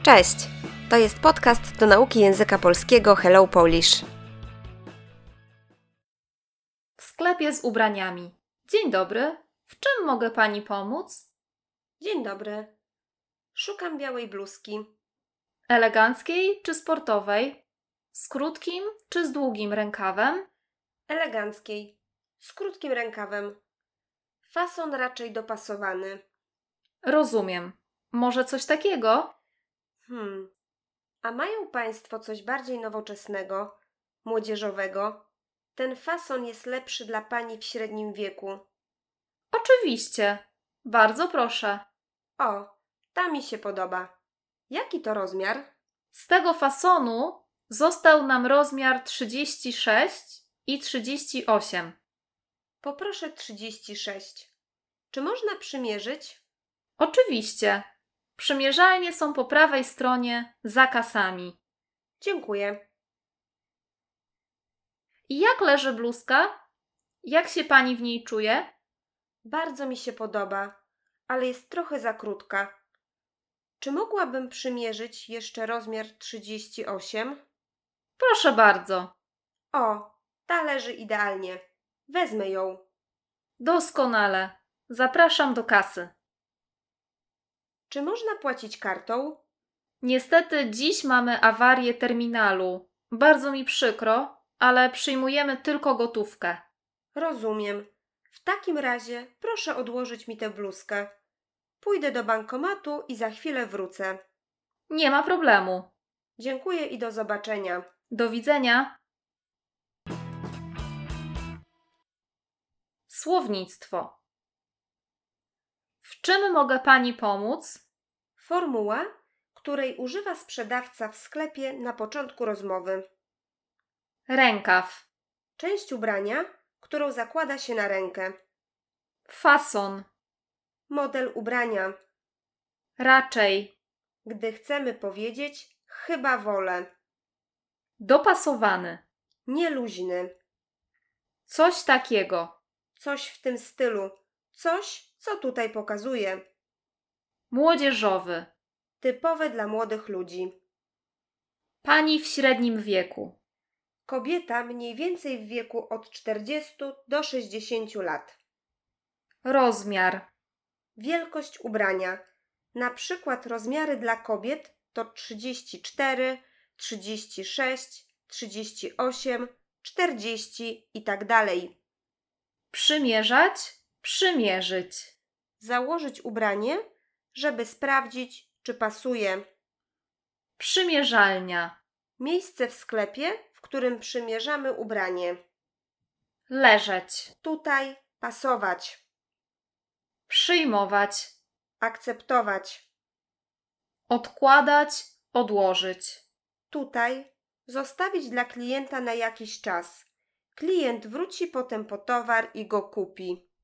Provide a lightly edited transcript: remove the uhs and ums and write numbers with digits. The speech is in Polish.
Cześć! To jest podcast do nauki języka polskiego Hello Polish. W sklepie z ubraniami. Dzień dobry. W czym mogę Pani pomóc? Dzień dobry. Szukam białej bluzki. Eleganckiej czy sportowej? Z krótkim czy z długim rękawem? Eleganckiej. Z krótkim rękawem. Fason raczej dopasowany. Rozumiem. Może coś takiego? A mają Państwo coś bardziej nowoczesnego, młodzieżowego? Ten fason jest lepszy dla Pani w średnim wieku. Oczywiście. Bardzo proszę. O, ta mi się podoba. Jaki to rozmiar? Z tego fasonu został nam rozmiar 36 i 38. Poproszę 36. Czy można przymierzyć? Oczywiście. Przymierzalnie są po prawej stronie za kasami. Dziękuję. I jak leży bluzka? Jak się Pani w niej czuje? Bardzo mi się podoba, ale jest trochę za krótka. Czy mogłabym przymierzyć jeszcze rozmiar 38? Proszę bardzo. O, ta leży idealnie. Wezmę ją. Doskonale. Zapraszam do kasy. Czy można płacić kartą? Niestety dziś mamy awarię terminalu. Bardzo mi przykro, ale przyjmujemy tylko gotówkę. Rozumiem. W takim razie proszę odłożyć mi tę bluzkę. Pójdę do bankomatu i za chwilę wrócę. Nie ma problemu. Dziękuję i do zobaczenia. Do widzenia. Słownictwo. W czym mogę Pani pomóc? Formuła, której używa sprzedawca w sklepie na początku rozmowy. Rękaw. Część ubrania, którą zakłada się na rękę. Fason. Model ubrania. Raczej. Gdy chcemy powiedzieć chyba wolę. Dopasowany. Nieluźny. Coś takiego. Coś w tym stylu. Coś, co tutaj pokazuję. Młodzieżowy. Typowe dla młodych ludzi. Pani w średnim wieku. Kobieta mniej więcej w wieku od 40 do 60 lat. Rozmiar. Wielkość ubrania. Na przykład rozmiary dla kobiet to 34, 36, 38, 40 i tak dalej. Przymierzać. Przymierzyć. Założyć ubranie, żeby sprawdzić, czy pasuje. Przymierzalnia. Miejsce w sklepie, w którym przymierzamy ubranie. Leżeć. Tutaj pasować. Przyjmować. Akceptować. Odkładać. Odłożyć. Tutaj zostawić dla klienta na jakiś czas. Klient wróci potem po towar i go kupi.